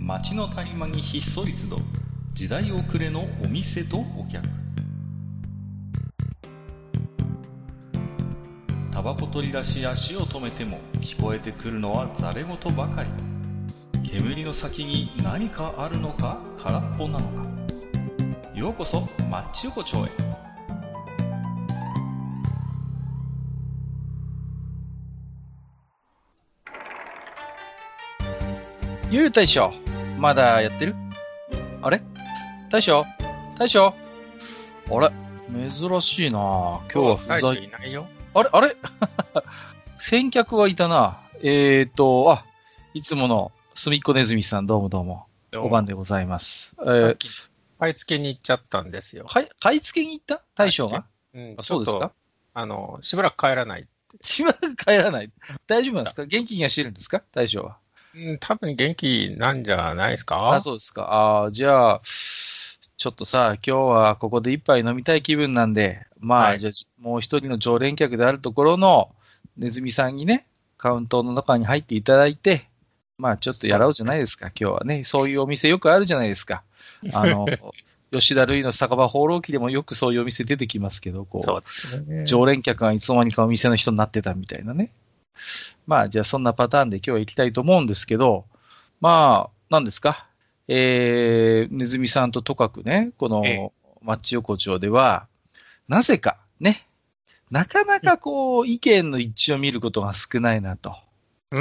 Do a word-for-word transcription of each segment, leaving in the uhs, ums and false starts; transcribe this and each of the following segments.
街の谷間にひっそり集う時代遅れのお店とお客。タバコ取り出し足を止めても聞こえてくるのはざれ言ばかり。煙の先に何かあるのか空っぽなのか。ようこそマッチ横丁へ。 ゆう大将、まだやってる？あれ？大将大将あれ珍しいな。今日は不在。 大将いないよ。 あれあれ先客はいたな。えーと、あ、いつものすみっこねずみさん、どうもどうも。お晩でございます。えー、 買い付けに行っちゃったんですよ。 買い、買い付けに行った大将が？ うん、 そうですか？ あの、しばらく帰らない。 しばらく帰らない。大丈夫なんですか？元気にはしてるんですか大将は。 うん、多分元気なんじゃないですか？ あ、そうですか。あ、じゃあ、ちょっとさ、今日はここで一杯飲みたい気分なんで、まあ、はい、じゃあ、もう一人の常連客であるところのネズミさんにね、カウンターの中に入っていただいて、まあ、ちょっとやろうじゃないですか、今日はね。そういうお店よくあるじゃないですか。あの、吉田類の酒場放浪記でもよくそういうお店出てきますけど、こう、 そうですね、 常連客がいつの間にかお店の人になってたみたいなね。まあ、じゃあそんなパターンで今日は行きたいと思うんですけど、まあ、何ですか。えー、ネズミさんととかくね、このマッチ横丁では、なぜかね、なかなかこう、意見の一致を見ることが少ないなと。 うん、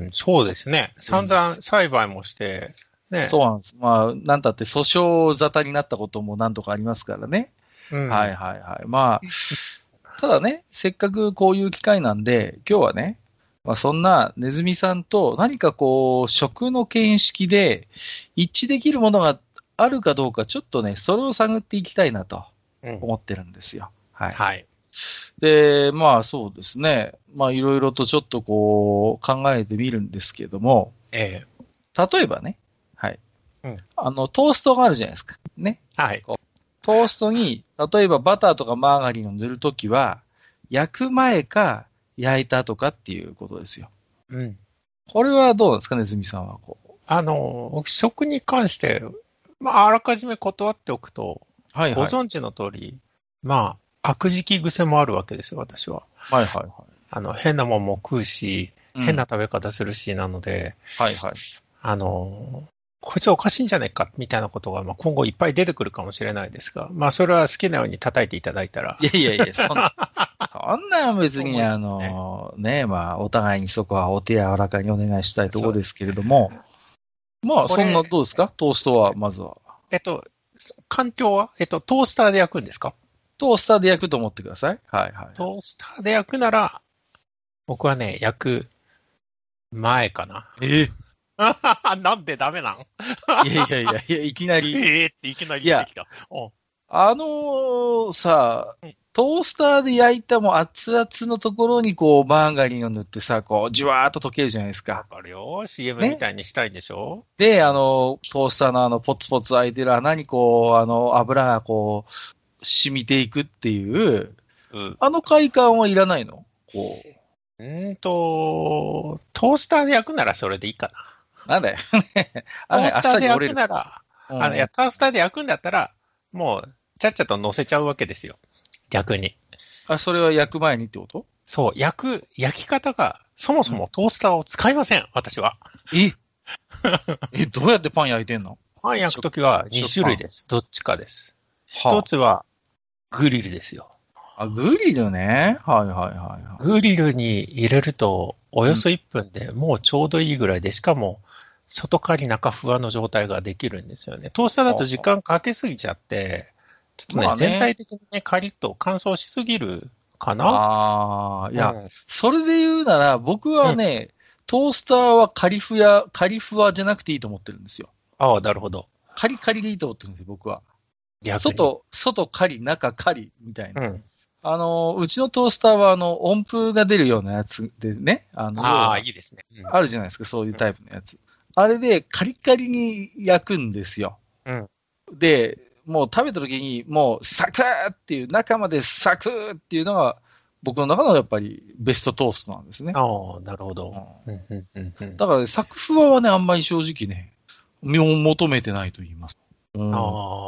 そうですね。散々裁判もして、ね。 そうなんです。まあ、なんたって訴訟沙汰になったことも何とかありますからね。うん、はいはいはい。まあ、ただね、せっかくこういう機会なんで、今日はね、まあ、そんなネズミさんと何かこう、食の見識で一致できるものがあるかどうか、ちょっとね、それを探っていきたいなと思ってるんですよ。うん、はい。 はい。 で、まあそうですね。まあいろいろとちょっとこう、考えてみるんですけども、 ええ、 例えばね、はい。 うん、 あの、トーストがあるじゃないですか。ね。 はい。 トーストに、例えばバターとかマーガリンを塗るときは、焼く前か、焼いたとかっていうことですよ。 うん。 これはどうなんですかね、ズミさんはこう。 あの、食に関して、まあ、あらかじめ断っておくと、はいはい、ご存知の通り、まあ、悪食癖もあるわけですよ、私は。 はいはいはい。 あの、変なもんも食うし、変な食べ方するし、なので、 うん、はいはい。 あの、こいつおかしいんじゃないか、みたいなことが、まあ、今後いっぱい出てくるかもしれないですが、まあ、それは好きなように叩いていただいたら。 いやいやいや、そんな、そんな別に、あの、ね、まあ、お互いにそこはお手柔らかにお願いしたいところですけれども、まあ、そんなどうですかトーストは、まずは。 えっと、環境はえっと、トースターで焼くんですか？ トースターで焼くと思ってください。はいはい。 トースターで焼くなら、僕はね、焼く前かな。 えー、なんでダメなんいやいやいやいや、いきなり。 えーっていきなり言ってきた。 あのー、さ、トースターで焼いたもう熱々のところにこう、マーガリンを塗ってさ、こう、じわーっと溶けるじゃないですか。 わかるよ。シーエム みたいにしたいんでしょ、 ね、で、あの、トースターのあの、ポツポツ開いてる穴にこう、あの、油がこう、染みていくっていう、うん、あの快感はいらないの？こう。うんと、トースターで焼くならそれでいいかな。なんだよ。 トースターで焼くなら、うん、あの、いや、トースターで焼くんだったら、もう、ちゃっちゃと乗せちゃうわけですよ。逆に。 あ、それは焼く前にってこと？ そう、焼く、焼き方が、そもそもトースターを使いません、うん、私は。 ええ、どうやってパン焼いてんの？ パン焼くときはに種類です。どっちかです。一つは、グリルですよ。 あ、グリルね。はいはいはい、はい。 グリルに入れると、およそいっぷんでもうちょうどいいぐらいで、しかも、外カリ中ふわの状態ができるんですよね。トースターだと時間かけすぎちゃって、ちょっとね、まあね、全体的にね、カリッと乾燥しすぎるかな。 ああ、いや、うん、それで言うなら、僕はね、うん、トースターはカリフや、カリフワじゃなくていいと思ってるんですよ。 ああ、なるほど。 カリカリでいいと思ってるんですよ、僕は。外、外カリ、中カリみたいな。うん、あの、うちのトースターは、あの、温風が出るようなやつでね。 あの、ああ、いいですね、 うん。あるじゃないですか、そういうタイプのやつ。うん、あれでカリカリに焼くんですよ。うん、で、もう食べた時に、もうサクーっていう、中までサクーっていうのが、僕の中のやっぱりベストトーストなんですね。 ああ、なるほど。 うん、だから、ね、サクフワはね、あんまり正直ね、 身を求めてないと言います。うん、 あ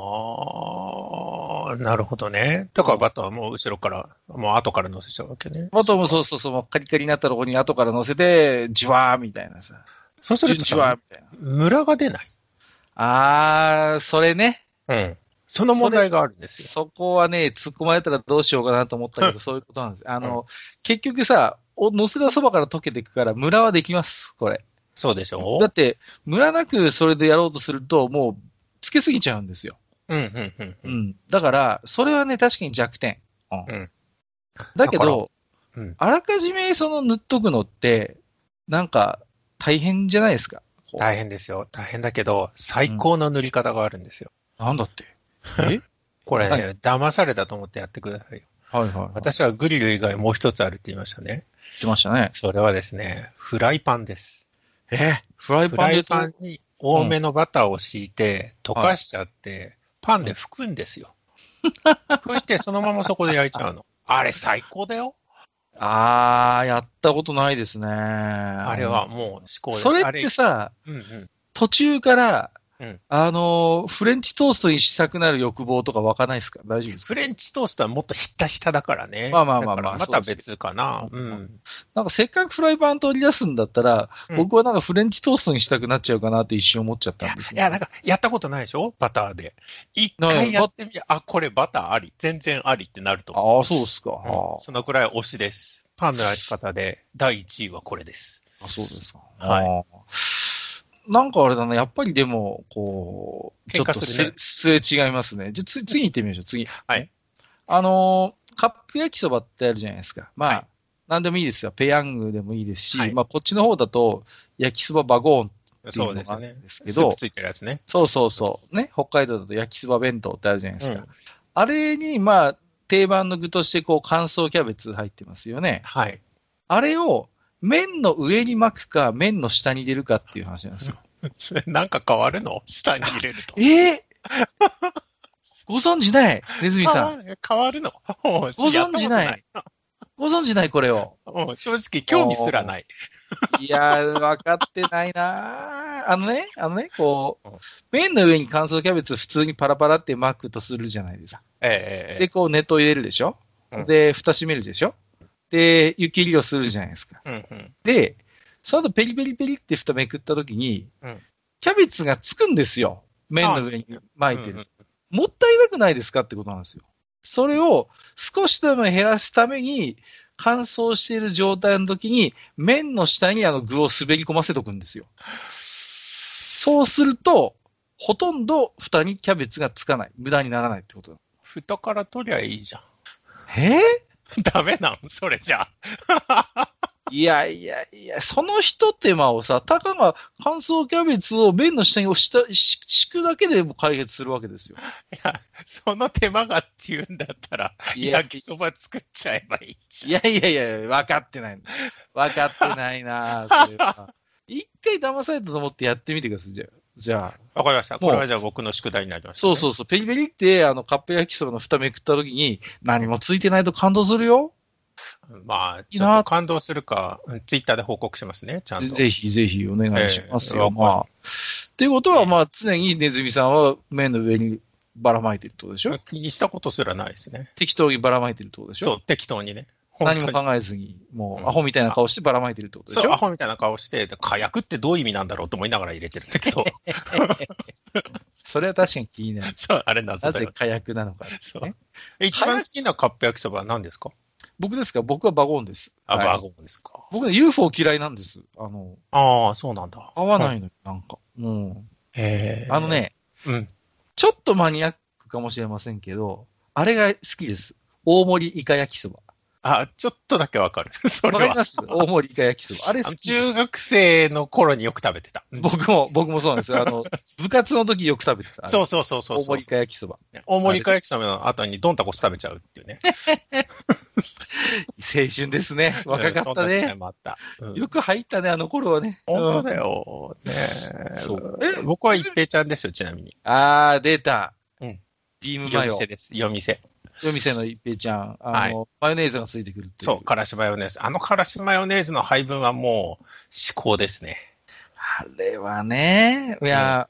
あ、なるほどね。だからバターはもう後ろから、もう後から乗せちゃうわけね。 バターもそうそうそう、カリカリになったところに後から乗せて、ジュワーみたいなさ。 そうするとジュワーみたいな。 ムラが出ない。 あー、それね。 うん。その問題があるんですよ。 そ, そこはね、突っ込まれたらどうしようかなと思ったけど、そういうことなんです。あの、うん、結局さ、乗せたそばから溶けていくから、ムラはできます、これ。 そうでしょう。 だって、ムラなくそれでやろうとすると、もう、つけすぎちゃうんですよ。 うん、うん、うん。うん。 だから、それはね、確かに弱点。うん。うん、だけど、うん、あらかじめその塗っとくのって、なんか、大変じゃないですか。 大変ですよ。大変だけど、最高の塗り方があるんですよ。 うん、なんだってえこれね、はい、騙されたと思ってやってくださいよ。 はいはい、はい。 私はグリル以外もう一つあるって言いましたね。 言ってましたね。 それはですね、フライパンです。 えー、フライパンでフライパンに多めのバターを敷いて、うん、溶かしちゃって、はい、パンで拭くんですよ。拭いてそのままそこで焼いちゃうの。あれ最高だよ。 あー、やったことないですね。 あれはもう至高です。 それってさ、うんうん、途中から、うん、あの、フレンチトーストにしたくなる欲望とか湧かないですか？大丈夫ですか？ フレンチトーストはもっとひたひただからね。 まあまあまあまあ。 また別かな。うん。 なんかせっかくフライパン取り出すんだったら、うん、僕はなんかフレンチトーストにしたくなっちゃうかなって一瞬思っちゃったんですよ。 いや、いやなんかやったことないでしょ？バターで。一回やってみて、あ、これバターあり。全然ありってなると思う。 ああ、そうですか、うん。 そのくらい推しです。パンの焼き方でだいいちいはこれです。 あ、そうですか。 はい。 なんかあれだな、やっぱりでも、こう、ちょっとすれ、すれ違いますね。じゃあ、次行ってみましょう、次。 はい。 あのー、カップ焼きそばってあるじゃないですか。まあ、 はい、 なんでもいいですよ。ペヤングでもいいですし、 はい、 まあ、こっちの方だと、焼きそばバゴーンっていうのがあるんですけど、 そうですね。スープついてるやつね。 そうそうそう。ね、北海道だと焼きそば弁当ってあるじゃないですか。うん、あれに、まあ、定番の具として、こう、乾燥キャベツ入ってますよね。 はい。 あれを、麺の上に巻くか、麺の下に入れるかっていう話なんですよ。 それなんか変わるの？下に入れると。 えー、ご存知ないネズミさん。 変わるの？ ご存知ない。ご存知ないこれを。 もう正直興味すらない。 いやー、分かってないなあのね、あのね、こう、麺の上に乾燥キャベツ普通にパラパラって巻くとするじゃないですか。 ええー。 で、こう熱湯入れるでしょ、うん、で、蓋閉めるでしょで、湯切りをするじゃないですか。 うんうん、 で、その後ペリペリペリって蓋めくった時に、うん、キャベツがつくんですよ。麺の上に巻いてる、うんうん。もったいなくないですかってことなんですよ。それを少しでも減らすために、乾燥している状態の時に、麺の下にあの具を滑り込ませとくんですよ。そうすると、ほとんど蓋にキャベツがつかない。無駄にならないってことだ。 蓋から取りゃいいじゃん。 えー、ダメなんそれじゃ。 いやいやいや、その一手間をさ、たかが乾燥キャベツを麺の下に押した敷くだけでも解決するわけですよ。 いや、その手間がっていうんだったら、焼きそば作っちゃえばいいじゃん。 いやいやいや、分かってない。分かってないなそれは。一回騙されたと思ってやってみてください、じゃあ。じゃあ。わかりました。これはじゃあ僕の宿題になりました、 ね。そうそうそう。ペリペリって、あの、カップ焼きそばの蓋めくった時に、何もついてないと感動するよ。 まあ、ちょっと感動するか、ツイッターで報告しますね、ちゃんと。 ぜひぜひお願いしますよ。えー、まあ。っていうことは、まあ、常にネズミさんは麺の上にばらまいてるってことでしょ？ 気にしたことすらないですね。 適当にばらまいてるってことでしょ？ そう、適当にね。 何も考えずに、もう、アホみたいな顔してばらまいてるってことでしょ？ そう、アホみたいな顔して、火薬ってどういう意味なんだろうと思いながら入れてるんだけど。 それは確かに気になる。 そう、あれ謎だよ。なぜ火薬なのか、ね。 そう。一番好きなカップ焼きそばは何ですか？ 僕ですか？僕はバゴーンです。 あ、はい、バゴーンですか。 僕ね、ユーフォー 嫌いなんです。あの、 ああ、そうなんだ。 合わないのよ、なんか。うん。 へえ。 あのね、 うん。 ちょっとマニアックかもしれませんけど、あれが好きです。大盛りイカ焼きそば。 あ、ちょっとだけわかる。それは。 わかります？大盛りイカ焼きそば。あれ好き。 中学生の頃によく食べてた。 僕も、僕もそうなんですよ。あの、部活の時よく食べてた。 そうそうそうそう。 大盛りイカ焼きそば。 大盛りイカ焼きそばの後にドンタコス食べちゃうっていうね。 青春ですね。若かったね。 もあった、 うん、よく入ったね、あの頃はね。 本当だよ。ねそう。え、僕は一平ちゃんですよ、ちなみに。 あー、出た。 うん。 ビームマヨ。 夜店です。夜店。 夜店の一平ちゃん。あの、はい、マヨネーズがついてくるっていう。 そう、からしマヨネーズ。あのからしマヨネーズの配分はもう、至高ですね。 あれはね、いや、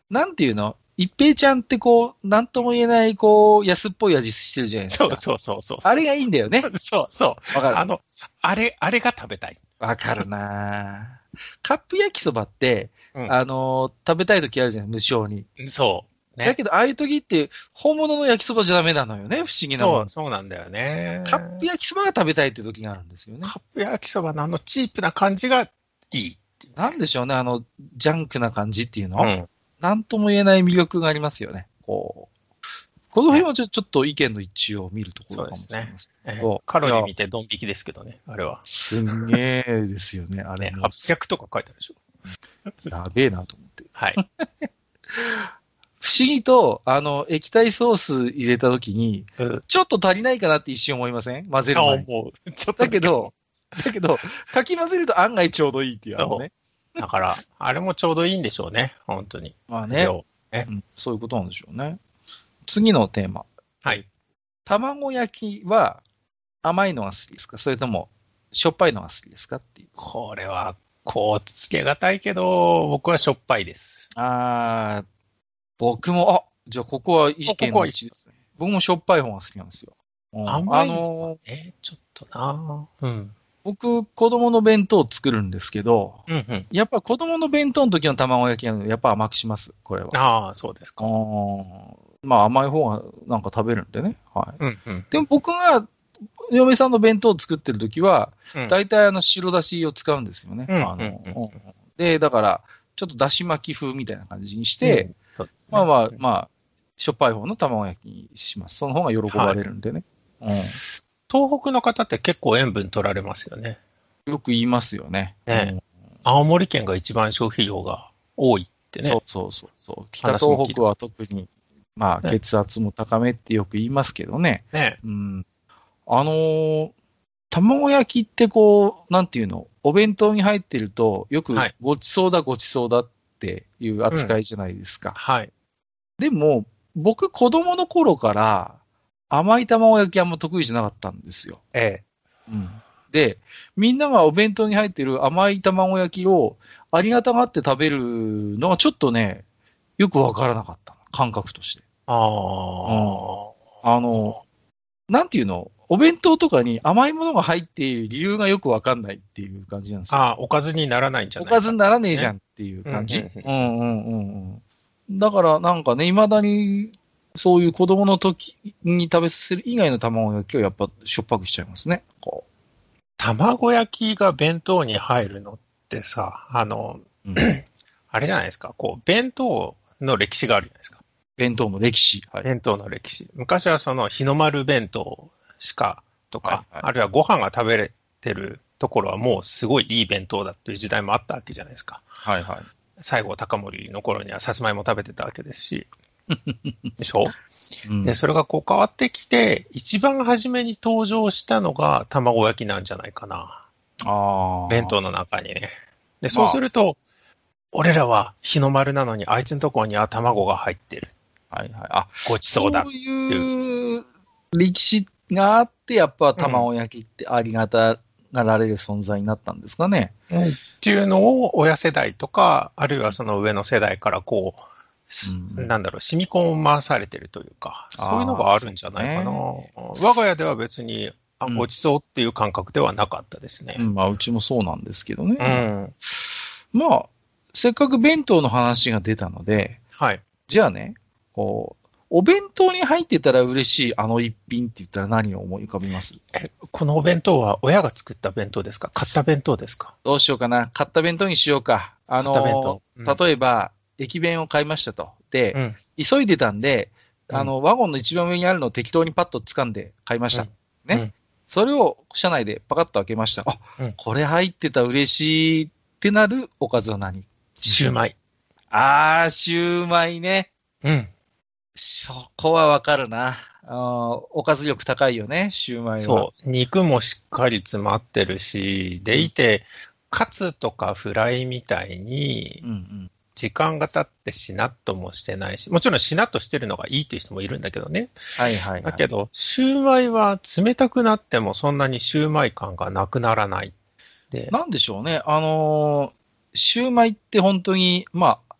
なんていうの一平ちゃんってこう、なんとも言えない、こう、安っぽい味してるじゃないですか。 そうそうそうそう。 あれがいいんだよね。 そうそう。 わかる。 あの、あれ、あれが食べたい。 わかるなカップ焼きそばって、 うん、 あのー、食べたい時あるじゃん、無性に。 そう。ね、 だけど、ああいう時って、本物の焼きそばじゃダメなのよね、不思議なもん。 そう、そうなんだよね。 カップ焼きそばが食べたいって時があるんですよね。 カップ焼きそばのあのチープな感じがいい。 なんでしょうね、あの、ジャンクな感じっていうの、 うん、 なんとも言えない魅力がありますよね。こう。この辺はちょちょっと意見の一致を見るところかもしれません。 そうですね。カロリー見てドン引きですけどね、あれは。 すんげえですよね、あれね。 も。 はっぴゃくとか書いてあるでしょ。 やべえなと思って。 はい。 不思議と、あの、液体ソース入れたときに、うん、ちょっと足りないかなって一瞬思いません？混ぜる前に。 あ、思う。ちょっとだけど、だけど、かき混ぜると案外ちょうどいいっていうあのね。 だから、あれもちょうどいいんでしょうね、本当に。 まあね、 ね、 うん。そういうことなんでしょうね。次のテーマ。 はい。 卵焼きは甘いのが好きですか？それともしょっぱいのが好きですかっていう。 これは、こうつけがたいけど、僕はしょっぱいです。 あー、僕も、あ、じゃあここは意見の一致ですね。僕もしょっぱい方が好きなんですよ。 うん、甘いのはね、ちょっとなうん。 僕、子供の弁当を作るんですけど、 うんうん、 やっぱ子供の弁当の時の卵焼きはやっぱ甘くします、これは。 ああ、そうですか。 まあ甘い方がなんか食べるんでね。はい。 うんうん、 でも僕が嫁さんの弁当を作ってる時は、うん、大体あの白だしを使うんですよね。うんあので、だから、ちょっとだし巻き風みたいな感じにして、うんね、まあまあ、まあ、しょっぱい方の卵焼きにします。その方が喜ばれるんでね。はいうん、 東北の方って結構塩分取られますよね。 よく言いますよね。ねうん、青森県が一番消費量が多いってね。 そうそうそうそう。北東北は特に、まあ、血圧も高めってよく言いますけどね。 ねうん、あのー、卵焼きってこう、なんていうの、お弁当に入ってると、よくごちそうだ、ごちそうだっていう扱いじゃないですか。 うん、はい。 でも、僕、子供の頃から甘い卵焼きあんま得意じゃなかったんですよ。 ええ。 うん、で、みんながお弁当に入ってる甘い卵焼きをありがたがって食べるのはちょっとね、よくわからなかった。感覚として。 ああ、うん。 あの、なんていうのお弁当とかに甘いものが入っている理由がよくわかんないっていう感じなんですよ。 ああ、おかずにならないんじゃないか。おかずにならねえじゃんっていう感じ。うんうんうんうん。だからなんかね、未だにそういう子供の時に食べさせる以外の卵焼きをやっぱしょっぱくしちゃいますね。こう卵焼きが弁当に入るのってさ、あの、うん、あれじゃないですか、こう、弁当の歴史があるじゃないですか。 弁当の歴史。 はい、弁当の歴史。昔はその日の丸弁当しかとか、はいはい、あるいはご飯が食べれてるところはもうすごいいい弁当だっていう時代もあったわけじゃないですか。 はいはい。 西郷隆盛の頃にはさつまいも食べてたわけですし。でしょ、うん、で、それがこう変わってきて、一番初めに登場したのが卵焼きなんじゃないかな。 あ弁当の中にね。で、そうすると、まあ、俺らは日の丸なのにあいつのところには卵が入ってる。 はいはい。あ、 ごちそうだっていう。そういう歴史があって、やっぱ卵焼きってありがたがられる存在になったんですかね。 うん、っていうのを親世代とか、あるいはその上の世代からこう、うん、なんだろう、染み込まされてるというか、そういうのがあるんじゃないかな。ね、我が家では別に、あ、ごちそうっていう感覚ではなかったですね。 うん、まあ、うちもそうなんですけどね。 うん、 まあ、せっかく弁当の話が出たので、 はい。 じゃあね、こう、お弁当に入ってたら嬉しいあの一品って言ったら何を思い浮かびます？ え、このお弁当は親が作った弁当ですか？買った弁当ですか？ どうしようかな。買った弁当にしようか。あの、買った弁当、うん、例えば、駅弁を買いましたと。で、うん、急いでたんで、あの、ワゴンの一番上にあるのを適当にパッと掴んで買いました。うん、ね、うん。それを車内でパカッと開けました。あ、うん、これ入ってた嬉しいってなるおかずは何？ シューマイ。 あー、シューマイね。 うん。 そこはわかるな。あ、おかず力高いよね、シューマイは。 そう。肉もしっかり詰まってるし、でいて、カツとかフライみたいに、時間が経ってしなっともしてないし、もちろんしなっとしてるのがいいっていう人もいるんだけどね。 はいはい、はい。 だけど、シューマイは冷たくなってもそんなにシューマイ感がなくならない。 で、なんでしょうね。あのー、シューマイって本当に、まあ、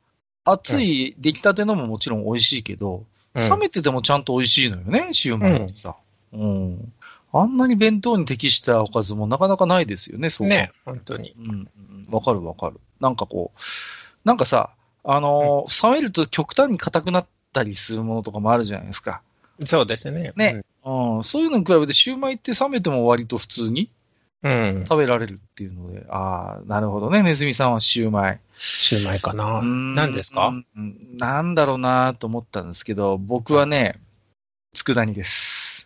熱い出来たてのももちろん美味しいけど、うん、冷めててもちゃんと美味しいのよね、シューマイってさ。うん。うん、あんなに弁当に適したおかずもなかなかないですよね、そうね、本当に。 うん。わかるわかる。なんかこう、なんかさ、あのーうん、冷めると極端に硬くなったりするものとかもあるじゃないですか。 そうですね。 ね。うん、うん、そういうのに比べてシューマイって冷めても割と普通に食べられるっていうので、うん、ああ、なるほどね。ネズミさんはシューマイ。 シューマイかな。何ですか？ うん、なんだろうなと思ったんですけど、僕はね、佃煮です。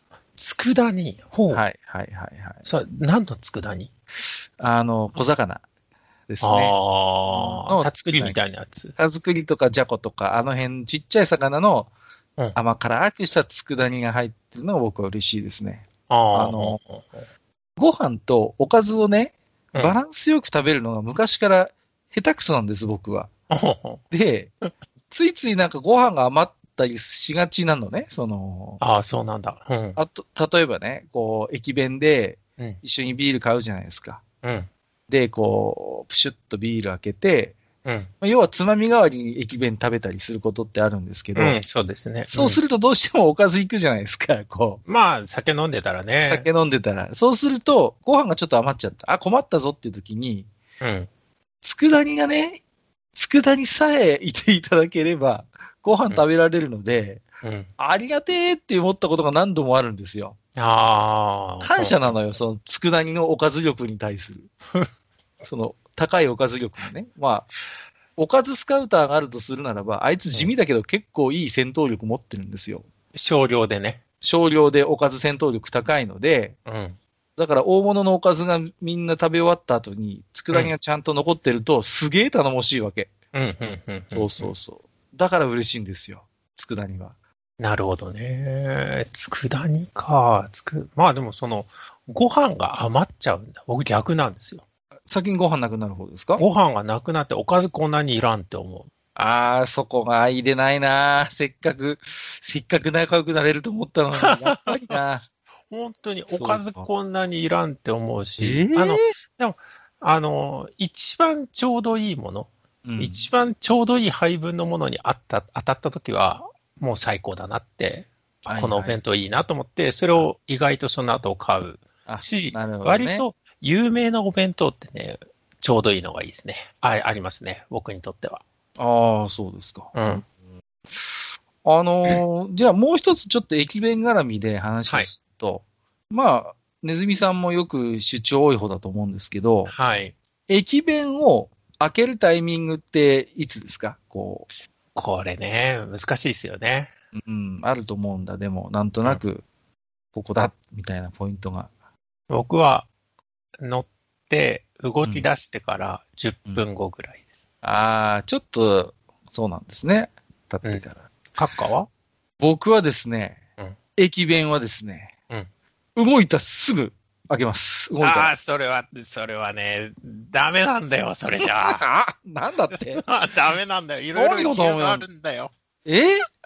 佃煮？ほう。 はいはいはいはい。 それ、何の佃煮？ あの、小魚ですね。 ああ、田作りみたいなやつ。 田作りとかじゃことか、あの辺ちっちゃい魚の甘辛くした佃煮が入ってるのが僕は嬉しいですね。 ああの、ご飯とおかずをね、バランスよく食べるのが昔から下手くそなんです、僕は。で、ついついなんかご飯が余ったりしがちなのね、その。 ああ、そうなんだ。うん、 あと、例えばね、こう、駅弁で一緒にビール買うじゃないですか。 うん、 で、こう、プシュッとビール開けて、 うん、 要はつまみ代わりに駅弁食べたりすることってあるんですけど、 うん、そうですね。 そうするとどうしてもおかずいくじゃないですか、こう。まあ、酒飲んでたらね。 酒飲んでたら。そうすると、ご飯がちょっと余っちゃった。あ、困ったぞっていう時に、 うん。 佃煮がね、佃煮さえいていただければ、ご飯食べられるので、 うんうん、 ありがてーって思ったことが何度もあるんですよ。 ああ。 感謝なのよ、その佃煮のおかず力に対する。その、高いおかず力がね。まあ、おかずスカウターがあるとするならば、あいつ地味だけど結構いい戦闘力持ってるんですよ。 少量でね。 少量でおかず戦闘力高いので、 うん、 だから大物のおかずがみんな食べ終わった後に、佃煮がちゃんと残ってると、すげえ頼もしいわけ。 うんうんうん、 そうそうそう。だから嬉しいんですよ、佃煮は。 なるほどね。佃煮か。つくまあでもその、ご飯が余っちゃうんだ。僕逆なんですよ。 先にご飯なくなる方ですか？ ご飯がなくなっておかずこんなにいらんって思う。 ああ、そこが入れないな。せっかく、せっかく仲良くなれると思ったのに、やっぱりな。 本当におかずこんなにいらんって思うし、 えー、 あの、でも、あの、一番ちょうどいいもの、うん、一番ちょうどいい配分のものにあった当たったときは、もう最高だなって、はいはい、このお弁当いいなと思って、それを意外とその後買うし、ね、割と有名なお弁当ってね、ちょうどいいのがいいですね。あ、ありますね、僕にとっては。 ああ、そうですか。 うん。 あのー、じゃあもう一つちょっと駅弁絡みで話をすると、はい、まあ、ネズミさんもよく出張多い方だと思うんですけど、 はい。 駅弁を開けるタイミングっていつですか？こう。 これね、難しいですよね。 うん、あると思うんだ。でも、なんとなく、ここだ、みたいなポイントが。 僕は、乗って動き出してからじゅっぷんごぐらいです。 うんうん、ああ、ちょっと、そうなんですね。経ってから。 カッカは？ 僕はですね、うん、駅弁はですね、うん、動いたすぐ開けます。動いたああ、それは、それはね、ダメなんだよ、それじゃあ。 あ、なんだってダメなんだよ。いろいろ理由があるんだよ。 え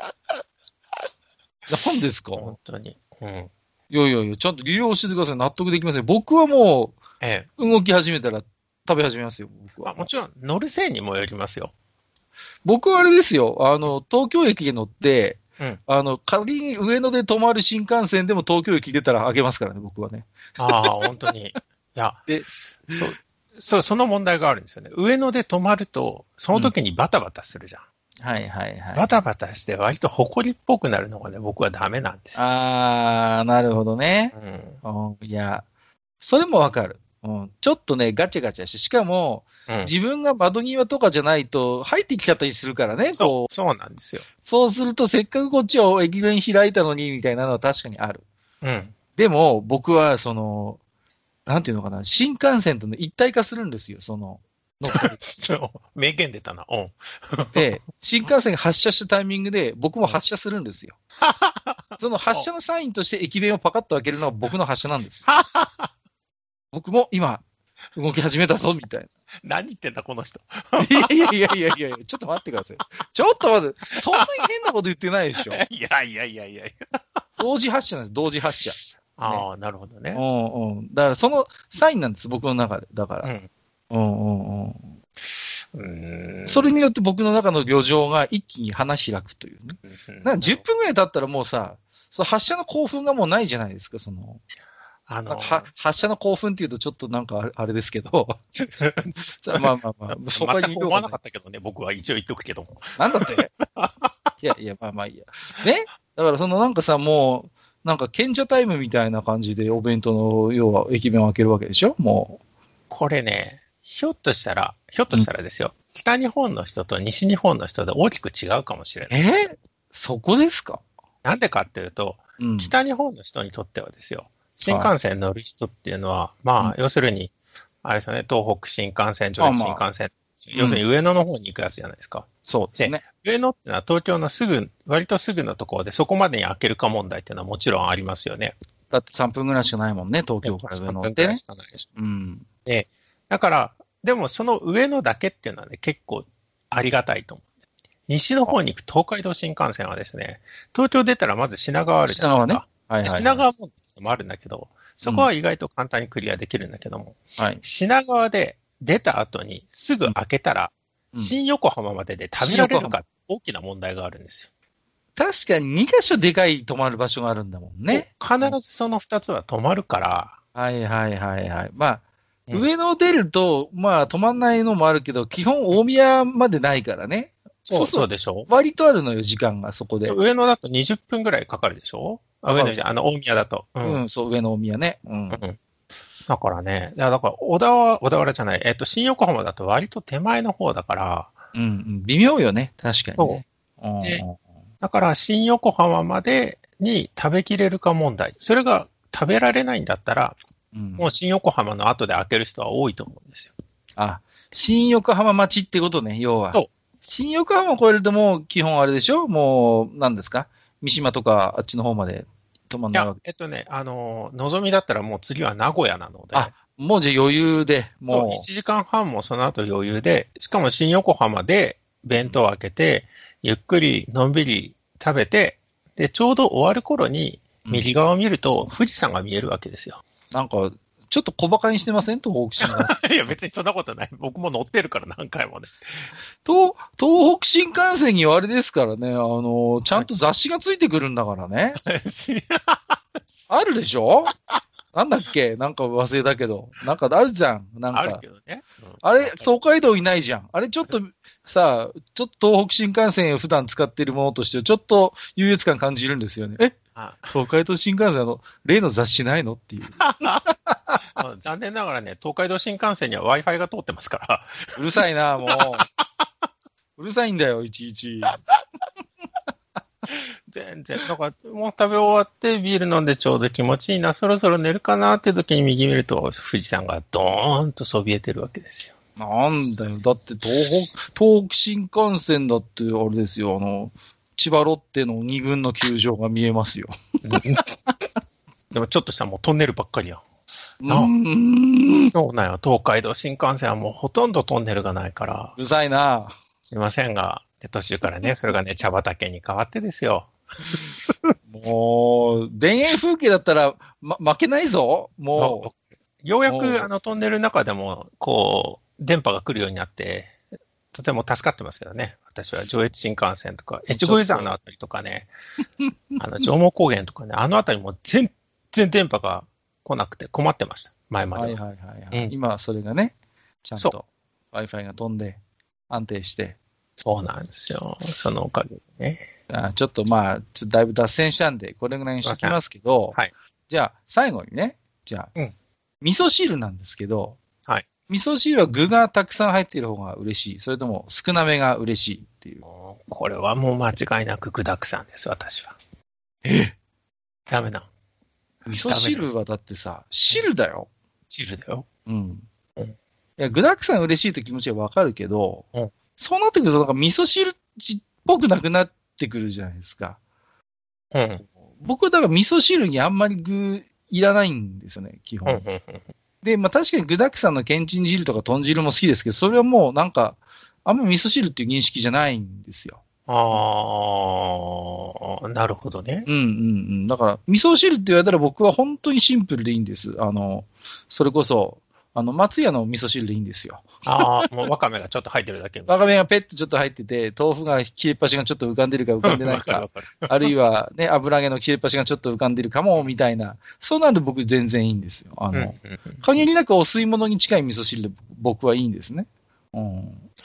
何ですか？ 本当に。うん。いやいやいや、ちゃんと理由を教えてください。納得できません。僕はもう、 ええ、 動き始めたら食べ始めますよ、僕は。 あ、もちろん、乗る線にもよりますよ。 僕はあれですよ、あの、東京駅に乗って、 うん、 あの、仮に上野で止まる新幹線でも東京駅出たら開けますからね、僕はね。 ああ、本当に。いや、で、そう、そう、その問題があるんですよね。上野で止まると、その時にバタバタするじゃん。 うん、はいはいはい。 バタバタして割と埃っぽくなるのがね、僕はダメなんです。 あー、なるほどね。うん、いや、それもわかる。うん、ちょっとね、ガチャガチャして、しかも、うん、自分が窓際とかじゃないと入ってきちゃったりするからね、 そう。そうなんですよ。 そうすると、せっかくこっちは駅弁開いたのに、みたいなのは確かにある。 うん。 でも、僕は、その、なんていうのかな、新幹線との一体化するんですよ、その、 そう、名言出たな。うん。 で、新幹線が発車したタイミングで、僕も発車するんですよ。その発車のサインとして駅弁をパカッと開けるのは僕の発車なんですよ。僕も今、動き始めたぞ、みたいな。 何言ってんだ、この人。 いやいやいやいやいやいや、ちょっと待ってください。ちょっと待って、そんなに変なこと言ってないでしょ。 いやいやいやいやいや。 同時発射なんです、同時発射。 ああ、ね、なるほどね。 うんうん。だからそのサインなんです、僕の中で。だから。うん。うんうんうん。 うーそれによって僕の中の旅情が一気に花開くというね。なんかじゅっぷんぐらい経ったらもうさ、その発射の興奮がもうないじゃないですか、その。あのは発射の興奮っていうとちょっとなんかあれですけど。まあまあまあ、 そこに全く思わなかったけどね、僕は一応言っとくけども。 なんだっていやいや、まあまあいいや。ねだからそのなんかさ、もう、なんか賢者タイムみたいな感じでお弁当の要は駅弁を開けるわけでしょもう。 これね、ひょっとしたら、ひょっとしたらですよ、うん、北日本の人と西日本の人で大きく違うかもしれない。 えー、そこですか？ なんでかっていうと、うん、北日本の人にとってはですよ、新幹線乗る人っていうのは、はい、まあ、うん、要するに、あれですよね、東北新幹線、上越新幹線、まあ、要するに上野の方に行くやつじゃないですか。うん、 そうですね。 上野ってのは東京のすぐ、割とすぐのところでそこまでに開けるか問題っていうのはもちろんありますよね。 だってさんぷんぐらいしかないもんね、東京から上野って、ね。さんぷんぐらいしかないです。うん。で、だから、でもその上野だけっていうのはね、結構ありがたいと思う。西の方に行く東海道新幹線はですね、東京出たらまず品川あるじゃないですか。品川ね。はいはいはい、品川ももあるんだけど、そこは意外と簡単にクリアできるんだけども、うんはい、品川で出た後にすぐ開けたら、うん、新横浜までで食べられるか大きな問題があるんですよ。 確かににカ所でかい止まる場所があるんだもんね。 必ずそのふたつは止まるから。 はいはいはいはい。まあ、うん、上野出ると、まあ止まんないのもあるけど、基本大宮までないからね。 そうそうでしょ。 割とあるのよ、時間がそこで。 上野だとにじゅっぷんぐらいかかるでしょ。あ、上野じゃ、あの、大宮だと。 うん、うん、そう、上野大宮ね。うん。うん、 だからね、だから、小田は、小田原じゃない、えっと、新横浜だと割と手前の方だから、 うん、うん、微妙よね、確かにね。 そう。で、だから、新横浜までに食べきれるか問題。それが食べられないんだったら、うん、もう新横浜の後で開ける人は多いと思うんですよ。 あ、新横浜町ってことね、要は。そう。新横浜を越えるともう基本あれでしょもう、何ですか三島とかあっちの方まで止まんないわけ。 えっとね、あの、のぞみだったらもう次は名古屋なので。 あ、もうじゃ余裕で、もう。そう、 いちじかんはんもその後余裕で、しかも新横浜で弁当を開けて、ゆっくりのんびり食べて、で、ちょうど終わる頃に右側を見ると富士山が見えるわけですよ。 なんか、ちょっと小馬鹿にしてません東北新幹線。いや、別にそんなことない。僕も乗ってるから何回もね。 東、東北新幹線にはあれですからね、あの、ちゃんと雑誌がついてくるんだからね。あるでしょなんだっけなんか忘れたけど。なんかあるじゃん。なんか。 あるけどね。 うん、あれ、東海道いないじゃん。あれちょっと、さ、ちょっと東北新幹線を普段使っているものとして、ちょっと優越感感じるんですよね。えああ東海道新幹線の例の雑誌ないのっていう。 残念ながらね、東海道新幹線には Wi-Fi が通ってますから。 うるさいな、もう。うるさいんだよ、いちいち。 全然。だから、もう食べ終わってビール飲んでちょうど気持ちいいな、そろそろ寝るかなって時に右見ると富士山がドーンとそびえてるわけですよ。 なんだよ。だって東北、東北新幹線だってあれですよ、あの、千葉ロッテのに軍の球場が見えますよ。 でもちょっとしたらもうトンネルばっかりやん。うーん。そうなんよ。東海道新幹線はもうほとんどトンネルがないから。 うるさいな。 すいませんが、途中からね、それがね、茶畑に変わってですよ。 もう、田園風景だったら、ま、負けないぞ。もう。ようやくあのトンネルの中でも、こう、電波が来るようになって、とても助かってますけどね。私は上越新幹線とか、越後湯沢のあたりとかね、あの、上毛高原とかね、あのあたりも全然電波が来なくて困ってました。前までは。 はいはいはい、はいうん、今はそれがね、ちゃんと Wi-Fi が飛んで安定して。 そうなんですよ。そのおかげでね。 あちょっとまあ、ちょっとだいぶ脱線したんで、これぐらいにしときますけど、はい。じゃあ、最後にね、じゃあ、うん、味噌汁なんですけど、はい。味噌汁は具がたくさん入っている方が嬉しい。それとも少なめが嬉しいっていう。 これはもう間違いなく具沢山です、私は。 えダメな。 味噌汁はだってさ、汁だよ。 汁だよ。 うん。うん、いや、具沢山嬉しいって気持ちはわかるけど、うん、そうなってくると、なんか味噌汁っぽくなくなってくるじゃないですか。うん。僕はだから味噌汁にあんまり具いらないんですよね、基本。うんうんうんで、まあ確かに具沢山のけんちん汁とか豚汁も好きですけど、それはもうなんか、あんまり味噌汁っていう認識じゃないんですよ。 ああ、なるほどね。 うんうんうん。だから、味噌汁って言われたら僕は本当にシンプルでいいんです。あの、それこそ、 あの、松屋の味噌汁でいいんですよ。 ああ、もうわかめがちょっと入ってるだけ。 わかめがペッとちょっと入ってて、豆腐が切れっ端がちょっと浮かんでるか浮かんでないか、かあるいはね、油揚げの切れっ端がちょっと浮かんでるかも、みたいな。そうなると僕全然いいんですよ。あの、うんうんうん、限りなくお吸い物に近い味噌汁で僕はいいんですね。うん、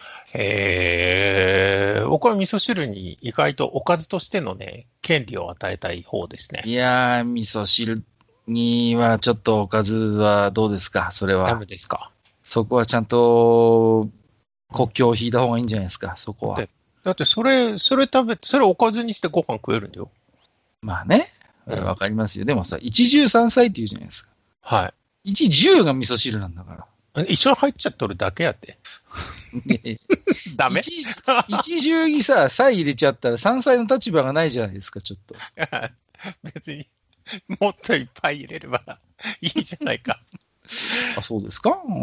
へー、僕は味噌汁に意外とおかずとしてのね、権利を与えたい方ですね。 いやー、味噌汁にはちょっとおかずはどうですか、それは。 ダメですか。 そこはちゃんと国境を引いた方がいいんじゃないですか、そこは。 だって、だってそれ、それ食べて、それおかずにしてご飯食えるんだよ。 まあね、わかりますよ。でもさ、一汁三菜って言うじゃないですか。 はい。 一汁が味噌汁なんだから。 一緒に入っちゃっとるだけやって。ダメ？ 一, 一汁にさ、菜入れちゃったら三菜の立場がないじゃないですか、ちょっと。 別に、もっといっぱい入れればいいじゃないか。 あ、そうですか？うん。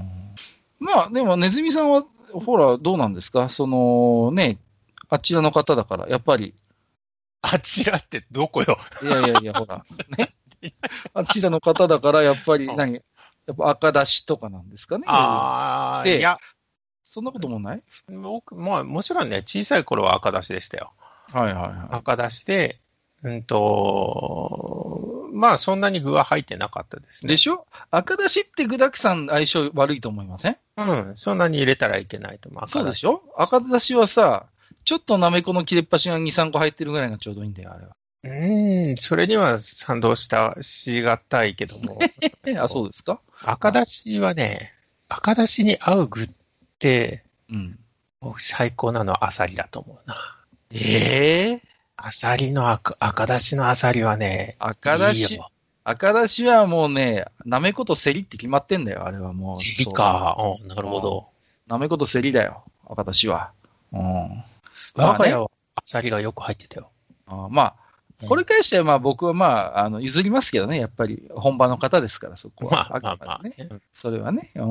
まあ、でも、ネズミさんは、ほら、どうなんですか？その、ね、あちらの方だから、やっぱり。 あちらってどこよ？ いやいやいや、ほら、ね。あちらの方だから、やっぱり何、やっぱ赤だしとかなんですかね。 ああ、いや。 そんなこともない？ 僕、まあ、もちろんね、小さい頃は赤だしでしたよ。 はいはいはい。 赤だしで、うんと、まあ、そんなに具は入ってなかったですね。 でしょ？赤だしって具だくさん相性悪いと思いません？ うん、そんなに入れたらいけないと思う。 そうでしょ？赤だしはさ、ちょっとなめこの切れっ端がに、さんこ入ってるぐらいがちょうどいいんだよ、あれは。 うーん、それには賛同したしがたいけども。 あ、そうですか？ 赤だしはね、赤だしに合う具って、うん、僕最高なのはアサリだと思うな。 ええー、 アサリの赤、赤だしのアサリはね、 赤だし、いい赤だしはもうね、なめことセリって決まってんだよ、あれはもう。 セリか。うん、なるほど。 なめことセリだよ、赤だしは。うん。 我が家はアサリがよく入ってたよ。 あまあ、これ返してはまあ僕はまあ、あの、譲りますけどね、やっぱり本場の方ですから、そこは。 まあまあまあ、ね。 それはね、うん、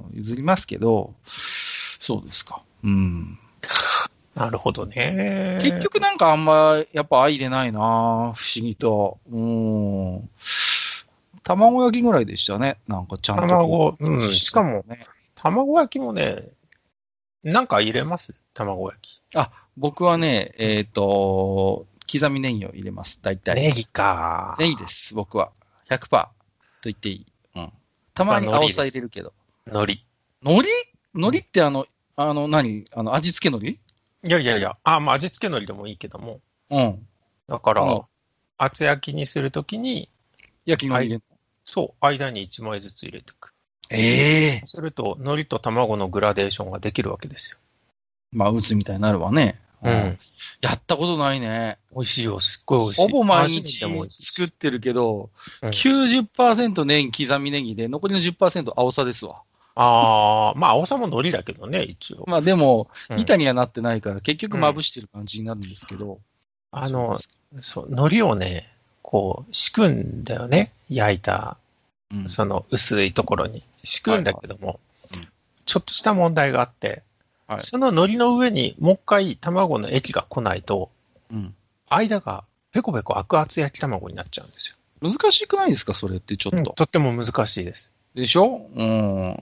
譲りますけど、そうですか。うん。 なるほどね。 結局なんかあんま、やっぱ相入れないな、不思議と。うん。卵焼きぐらいでしたね。なんかちゃんと。 卵、うん。しかもね、卵焼きもね、なんか入れます？卵焼き。 あ、僕はね、えっと、刻みネギを入れます。大体。 ネギか。 ネギです、僕は。ひゃくパーセント と言っていい。うん。たまに青さ入れるけど。 海苔。 海苔？海苔ってあの、あの、何あの、味付け海苔？ いやいやいや、あ、まあ、味付け海苔でもいいけども。 うん。 だから、厚焼きにするときに、 焼き海苔入れる。 そう、間にいちまいずつ入れていく。 ええー。 すると、海苔と卵のグラデーションができるわけですよ。 まあ、渦みたいになるわね。 うん。 やったことないね。 美味しいよ、すっごい美味しい。 ほぼ毎日作ってるけど、うん、きゅうじゅっパーセント ネギ、刻みネギで、残りの じゅっパーセント 青さですわ。 ああ、まあ、青さも海苔だけどね、一応。 まあでも、板にはなってないから、結局まぶしてる感じになるんですけど。うん、 あの、そう、海苔をね、こう、敷くんだよね、焼いた、うん、その薄いところに。敷くんだけども、はいはい、ちょっとした問題があって、はい、その海苔の上にもう一回卵の液が来ないと、うん、間がペコペコ熱々焼き卵になっちゃうんですよ。難しくないですか、それってちょっと。うん、 とっても難しいです。 でしょ？うん。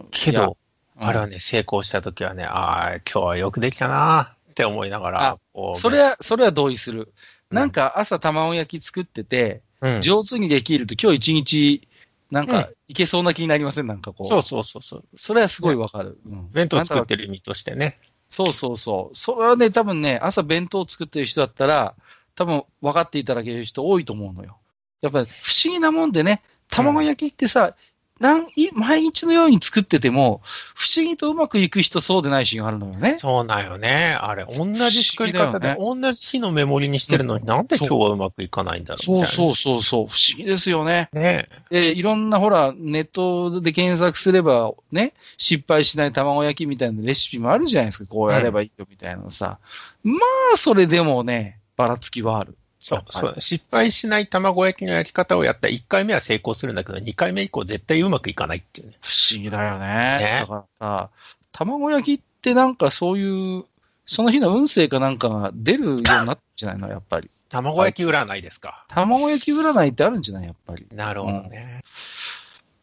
けど、あれはね、成功したときはね、ああ、今日はよくできたなって思いながら、 こう、ね、それは、それは同意する。なんか朝卵焼き作ってて、うん、上手にできると今日一日、なんかいけそうな気になりません？なんかこう。 そうそうそうそう。 それはすごいわかる。 うん。弁当作ってる意味としてね。 そうそうそう。それはね、多分ね、朝弁当作ってる人だったら、多分分かっていただける人多いと思うのよ。やっぱり不思議なもんでね、卵焼きってさ、うんなん毎日のように作ってても、不思議とうまくいく人、そうでないシーンがあるのよね。 そうだよね。あれ、同じ作り方で、ね、同じ火のメモリにしてるのに、うん、なんで今日はうまくいかないんだろうみたいな。 そうそうそうそう、不思議ですよね。 ねで、いろんなほら、ネットで検索すれば、ね、失敗しない卵焼きみたいなレシピもあるじゃないですか。こうやればいいよみたいなのさ。うん、まあ、それでもね、ばらつきはある。 そう、そう。失敗しない卵焼きの焼き方をやったらいっかいめは成功するんだけど、にかいめ以降絶対うまくいかないっていうね。 不思議だよね。ねだからさ、卵焼きってなんかそういう、その日の運勢かなんかが出るようになったんじゃないのやっぱり。 卵焼き占いですか。 卵焼き占いってあるんじゃないやっぱり。 なるほどね。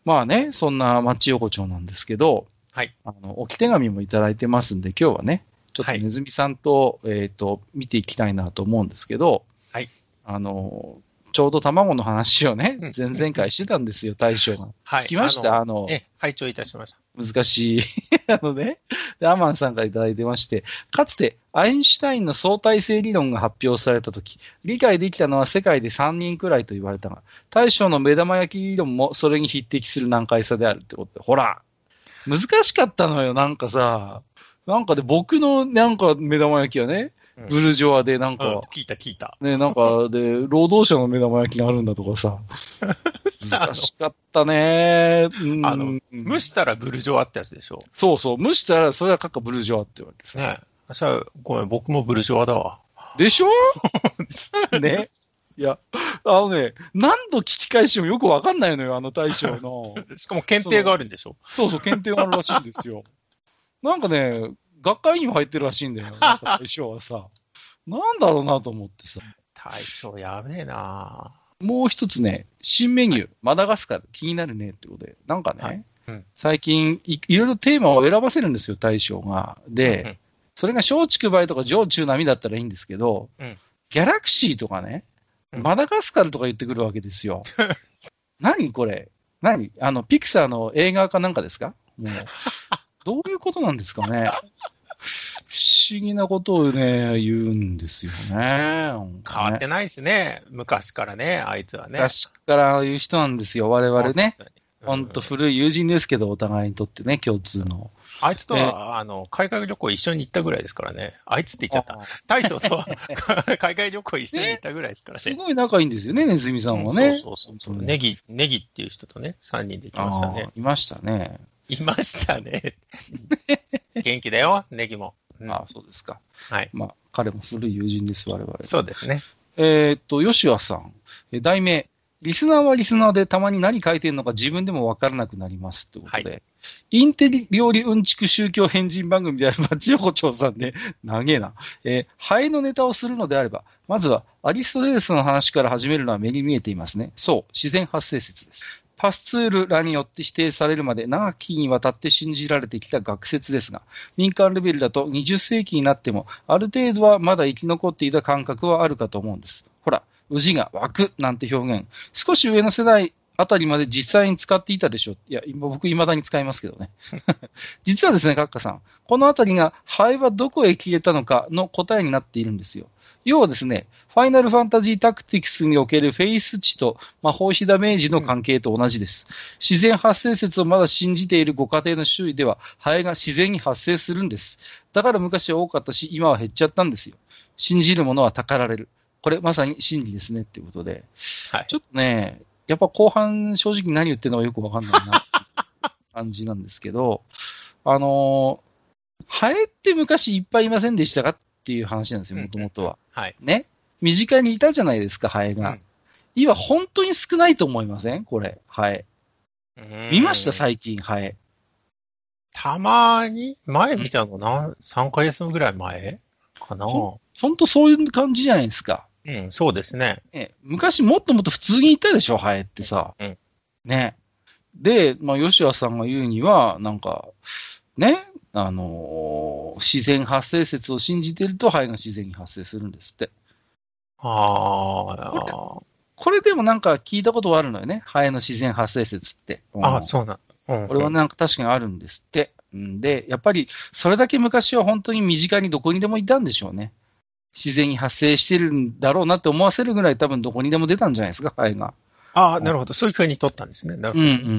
まあね、そんな町横丁なんですけど、 はい。 あの、置き手紙もいただいてますんで、今日はね、ちょっとネズミさんと、はい、えっと、見ていきたいなと思うんですけど、 はい。 あの、ちょうど卵の話をね、前々回してたんですよ、大将が。はい。聞きましたあの、 え、拝聴いたしました。 難しい。あのね、アマンさんからいただいてまして、かつてアインシュタインの相対性理論が発表されたとき、理解できたのは世界でさんにんくらいと言われたが、大将の目玉焼き理論もそれに匹敵する難解さであるってことで、ほら、難しかったのよ、なんかさ、なんかで僕のなんか目玉焼きはね、ブルジョワでなんか、うん、 聞いた聞いた。 ね、なんかで、労働者の目玉焼きがあるんだとかさ、難しかったね。 うん、あの、蒸したらブルジョワってやつでしょ。 そうそう、蒸したらそれはかっかブルジョワって言われてさ。 ねえ。じゃあ、ごめん、僕もブルジョワだわ。 でしょね。いや、あのね、何度聞き返してもよくわかんないのよ、あの大将の。 しかも検定があるんでしょ。 そうそう、検定があるらしいんですよ。なんかね、学会にも入ってるらしいんだよ、大将はさ。なんだろうなと思ってさ。 大将やべえなもう一つね、新メニュー、はい、マダガスカル、気になるねってことで。なんかね、はいうん、最近い、いろいろテーマを選ばせるんですよ、大将が。で、うんうん、それが小畜梅とか上中並だったらいいんですけど、うん、ギャラクシーとかね、うん、マダガスカルとか言ってくるわけですよ。何これ何あの、ピクサーの映画かなんかですかもう、どういうことなんですかね不思議なことをね、言うんですよね。ね変わってないですね。昔からね、あいつはね。 昔から言う人なんですよ、我々ね。ほんと古い友人ですけど、お互いにとってね、共通の。 あいつとは、あの、海外旅行一緒に行ったぐらいですからね。あいつって言っちゃった。大将とは海外旅行一緒に行ったぐらいですからね。 すごい仲いいんですよね、ネズミさんはね。 うん、そうそうそう。ネギ、ネギっていう人とね、さんにんで行きましたね。 いましたね。 いましたね。元気だよ、ネギも。 うん、ああ、そうですか。 はい。 まあ、彼も古い友人です、我々。 そうですね。 えー、っと、吉谷さん。題名、リスナーはリスナーでたまに何書いてるのか自分でもわからなくなりますってことで、はい、インテリ料理うんちく宗教変人番組である町横丁さんで、長えな、えー、ハエのネタをするのであれば、まずはアリストテレスの話から始めるのは目に見えていますね。そう、自然発生説です。パスツールらによって否定されるまで長きにわたって信じられてきた学説ですが、民間レベルだとにじゅっせいきになっても、ある程度はまだ生き残っていた感覚はあるかと思うんです。ほら、ウジが湧くなんて表現、少し上の世代あたりまで実際に使っていたでしょう。いや、今僕未だに使いますけどね。実はですね、カッカさん、このあたりがハエはどこへ消えたのかの答えになっているんですよ。要はですね、ファイナルファンタジータクティクスにおけるフェイス値と魔法火ダメージの関係と同じです。うん、自然発生説をまだ信じているご家庭の周囲では、ハエが自然に発生するんです。だから昔は多かったし、今は減っちゃったんですよ。信じるものはたかられる。これまさに真理ですねっていうことで、はい、ちょっとね、やっぱ後半正直何言ってるのかよくわかんないなっていう感じなんですけど、あのー、ハエって昔いっぱいいませんでしたかっていう話なんですよ、もともとは。 はい。 ね。身近にいたじゃないですか、ハエが。うん、今本当に少ないと思いませんこれ、ハエ。見ました最近、ハエ。 たまに前見たのな、さんかげつぐらい前かな。 ほんとそういう感じじゃないですか。 うん、そうですね。 ね昔もっともっと普通にいたでしょ、ハエってさ。 うん。 ね。で、まあ、吉谷さんが言うには、なんか、ね、あのー、自然発生説を信じてると、ハエが自然に発生するんですって。 ああ。 これでもなんか聞いたことはあるのよね。ハエの自然発生説って。 ああ、そうなんだ。 うんうん、これはなんか確かにあるんですって。んで、やっぱり、それだけ昔は本当に身近にどこにでもいたんでしょうね。自然に発生してるんだろうなって思わせるぐらい多分どこにでも出たんじゃないですか、ハエが。 ああ、なるほど。そういう風に取ったんですね。なるほど。 うんうんうんうん、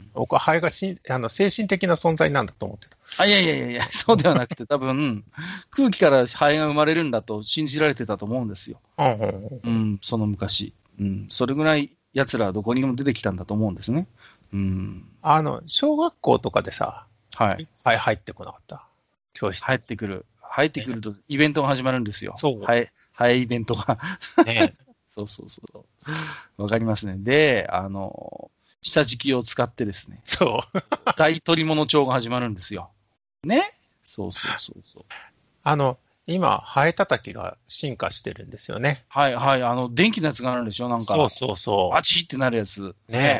僕はハエがしあの精神的な存在なんだと思ってた。 あ、いやいやいやいや、そうではなくて多分、空気からハエが生まれるんだと信じられてたと思うんですよ。 うんうんうんうん、その昔。うん、それぐらい奴らはどこにでも出てきたんだと思うんですね。うん。 あの、小学校とかでさ、 はい。 ハエ入ってこなかった。教室。 入ってくる。入ってくるとイベントが始まるんですよ。 そう。 ハエ、ハエイベントが。 ねそうそうそう。わかりますね。で、あの、下敷きを使ってですね。 そう。 大取り物帳が始まるんですよ。ね？そうそうそうそう。 あの、今、ハエ叩きが進化してるんですよね。 はいはい。あの、電気のやつがあるんでしょなんか。 そうそうそう。 バチってなるやつ。 ね。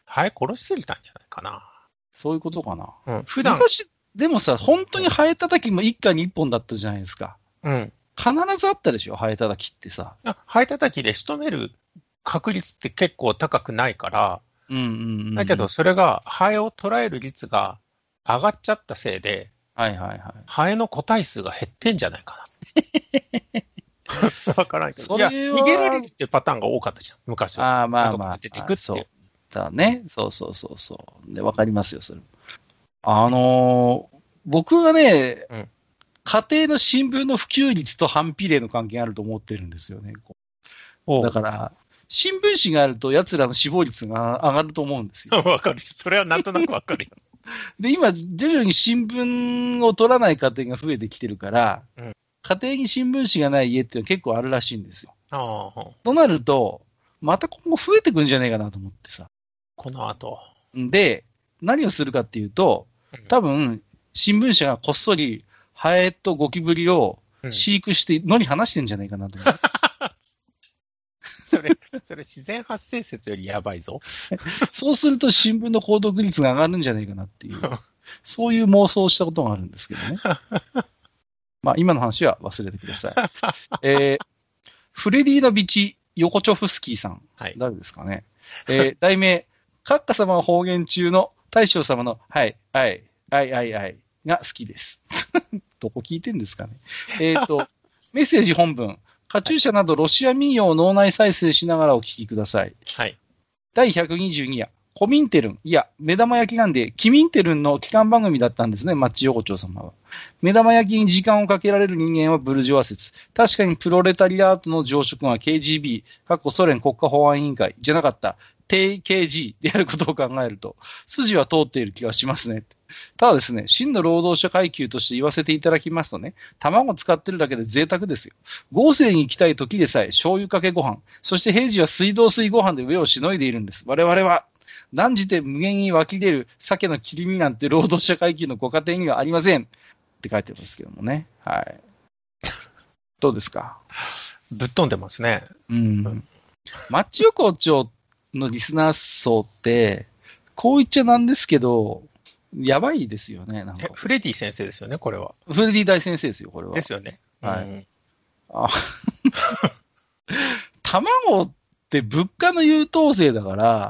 ハエ殺しすぎたんじゃないかな。 そういうことかな。 うん。普段。 昔、でもさ、本当にハエ叩きも一家に一本だったじゃないですか。 うん。 必ずあったでしょ、ハエ叩きってさ。 ハエ叩きで仕留める確率って結構高くないから、 うんうんうん、 だけどそれがハエを捕らえる率が上がっちゃったせいで、 はいはいはい。 ハエの個体数が減ってんじゃないかな。わからんけど。 それは、 いや、逃げられるっていうパターンが多かったじゃん、昔は。 ああ、まあまあ。 出てくっていう。 だね。そうそうそうそう。で、わかりますよ、それ。あのー、僕がね、うん、家庭の新聞の普及率と反比例の関係があると思ってるんですよね。だから、新聞紙があると奴らの死亡率が上がると思うんですよ。 わかる。それはなんとなくわかるよ。 で、今、徐々に新聞を取らない家庭が増えてきてるから、うん、家庭に新聞紙がない家って結構あるらしいんですよ。 ああ、 となると、また今後増えてくんじゃねえかなと思ってさ。 この後。 で、何をするかっていうと、多分、新聞社がこっそりハエとゴキブリを飼育して野に放してんじゃないかなと思って。 それ、それ自然発生説よりやばいぞ。 そうすると新聞の購読率が上がるんじゃないかなっていう、そういう妄想をしたことがあるんですけどね。まあ今の話は忘れてください。えー、フレディーナ・ビチ・ヨコチョフスキーさん。はい、誰ですかね。えー、題名、閣下様方言中の大将様の、はい、はい、はい、はい、はい、が好きです。どこ聞いてんですかね。えっ、ー、と、メッセージ本文。カチューシャなどロシア民謡を脳内再生しながらお聞きください。 はい。 だいひゃくにじゅうに夜、コミンテルン、いや、目玉焼きなんで、キミンテルンの機関番組だったんですね、マッチ横丁様は。目玉焼きに時間をかけられる人間はブルジョワ説。確かにプロレタリアートの常職は ケージービー、過去ソ連国家保安委員会じゃなかった、低 ケージー であることを考えると、筋は通っている気がしますね。ただですね、真の労働者階級として言わせていただきますとね、卵を使ってるだけで贅沢ですよ。豪勢に行きたい時でさえ醤油かけご飯、そして平時は水道水ご飯で上をしのいでいるんです。我々は、断じて無限に湧き出る鮭の切り身なんて労働者階級のご家庭にはありません。って書いてますけどもね。はい。どうですか？ ぶっ飛んでますね。 うん。マッチ横丁のリスナー層って、こう言っちゃなんですけど、やばいですよね。なんかフレディ先生ですよね、これは。 フレディ大先生ですよ、これは。 ですよね。 はい。うん、あ卵って物価の優等生だから、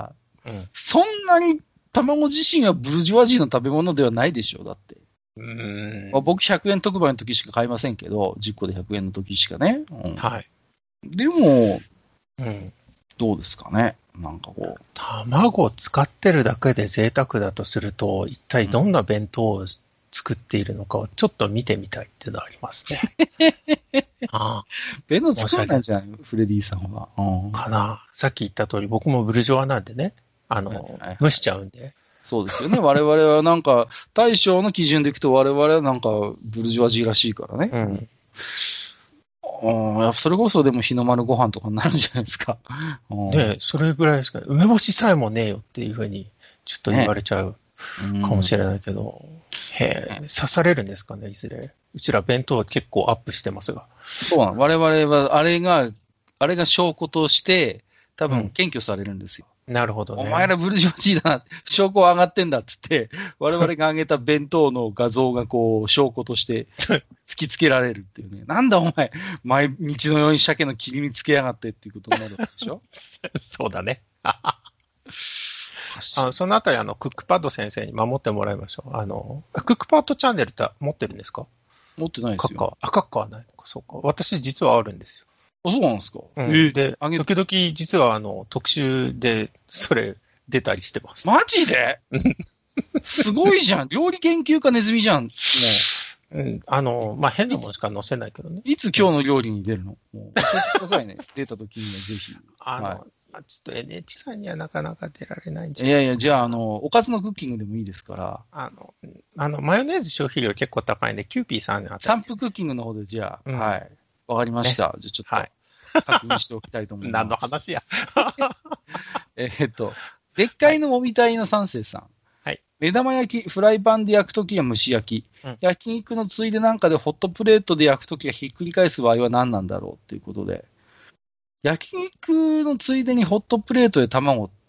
うん、そんなに卵自身はブルジョワジーの食べ物ではないでしょう、だって。 うーん、 まあ、僕ひゃくえん特売の時しか買いませんけど、じゅっこでひゃくえんの時しかね。うん、 はい。 でも、 うん、 どうですかね。なんかこう。 卵を使ってるだけで贅沢だとすると、一体どんな弁当を作っているのかをちょっと見てみたいっていうのはありますね。 ああ、弁当作らないんじゃないフレディさんは。 うん、かな。さっき言った通り、僕もブルジョワなんでね、あの、はいはいはい、蒸しちゃうんで。 そうですよね。我々はなんか、大将の基準でいくと我々はなんか、ブルジョワジーらしいからね。 うんあそれこそでも日の丸ご飯とかになるんじゃないですか。 ねえ、それぐらいですか。梅干しさえもねえよっていうふうにちょっと言われちゃうかもしれないけど、ね、へえ、刺されるんですかね、いずれ。うちら弁当結構アップしてますが。 そうなの。我々はあれが、あれが証拠として、多分検挙されるんですよ。 うん、なるほどね。 お前らブルジョワジーだな、証拠上がってんだっつって、我々が上げた弁当の画像がこう、証拠として突きつけられるっていうね。なんだお前、毎日のように鮭の切り身つけやがってっていうことになるわけでしょそうだね。あそのあたり、あの、クックパッド先生に守ってもらいましょう。あの、クックパッドチャンネルって持ってるんですか？ 持ってないですよ。 あ、カッカはないのか、そうか。私実はあるんですよ。 あ、そうなんですか。 うん、で、時々実はあの、特集でそれ出たりしてます。 マジですごいじゃん。料理研究家ネズミじゃん。もう。うん、あの、まあ、変なものしか載せないけどね。 いつ今日の料理に出るの？もう教えてくださいね。出た時にはぜひ。 あの、はい、ちょっと エヌエイチ さんにはなかなか出られないんじゃないいやいや、じゃあ、あの、おかずのクッキングでもいいですから。 あの、あの、マヨネーズ消費量結構高いんで、キューピーさんにあたり。 サンプクッキングの方で、じゃあ、うん、はい。わかりました。ね、じゃあちょっと。はい確認しておきたいと思います。 何の話や。 えっと、でっかいのもみたいの三世さん。 はい。 目玉焼き、フライパンで焼くときは蒸し焼き、うん。焼肉のついでなんかでホットプレートで焼くときはひっくり返す場合は何なんだろうっていうことで。焼肉のついでにホットプレートで卵って